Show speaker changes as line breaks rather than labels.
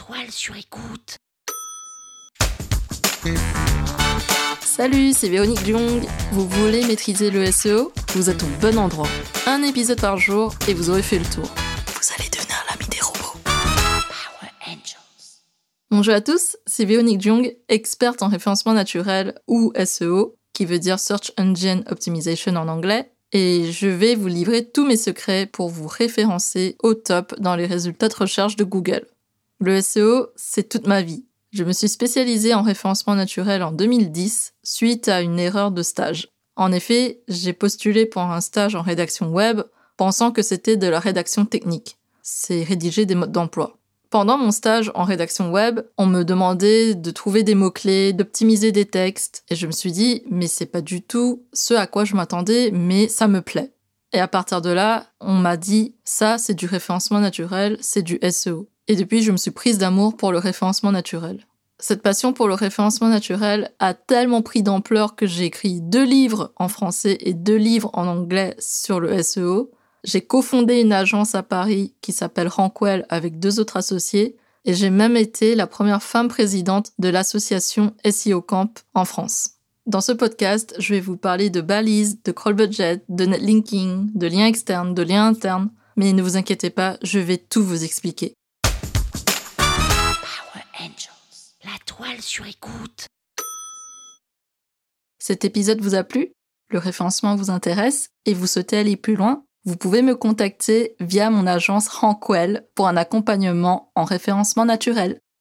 toile sur écoute.
Salut, c'est Véronique Jung. Vous voulez maîtriser le SEO ? Vous êtes au bon endroit. Un épisode par jour et vous aurez fait le tour. Vous allez devenir l'ami des robots.
Power Angels.
Bonjour à tous, c'est Véronique Jung, experte en référencement naturel ou SEO, qui veut dire Search Engine Optimization en anglais, et je vais vous livrer tous mes secrets pour vous référencer au top dans les résultats de recherche de Google. Le SEO, c'est toute ma vie. Je me suis spécialisée en référencement naturel en 2010 suite à une erreur de stage. En effet, j'ai postulé pour un stage en rédaction web pensant que c'était de la rédaction technique. C'est rédiger des modes d'emploi. Pendant mon stage en rédaction web, on me demandait de trouver des mots-clés, d'optimiser des textes, et je me suis dit, mais c'est pas du tout ce à quoi je m'attendais, mais ça me plaît. Et à partir de là, on m'a dit, ça c'est du référencement naturel, c'est du SEO. Et depuis, je me suis prise d'amour pour le référencement naturel. Cette passion pour le référencement naturel a tellement pris d'ampleur que j'ai écrit 2 livres en français et 2 livres en anglais sur le SEO. J'ai cofondé une agence à Paris qui s'appelle Rankwell avec 2 autres associés et j'ai même été la première femme présidente de l'association SEO Camp en France. Dans ce podcast, je vais vous parler de balises, de crawl budget, de netlinking, de liens externes, de liens internes. Mais ne vous inquiétez pas, je vais tout vous expliquer.
Power Angels. La toile sur écoute.
Cet épisode vous a plu ? Le référencement vous intéresse et vous souhaitez aller plus loin ? Vous pouvez me contacter via mon agence Rankwell pour un accompagnement en référencement naturel.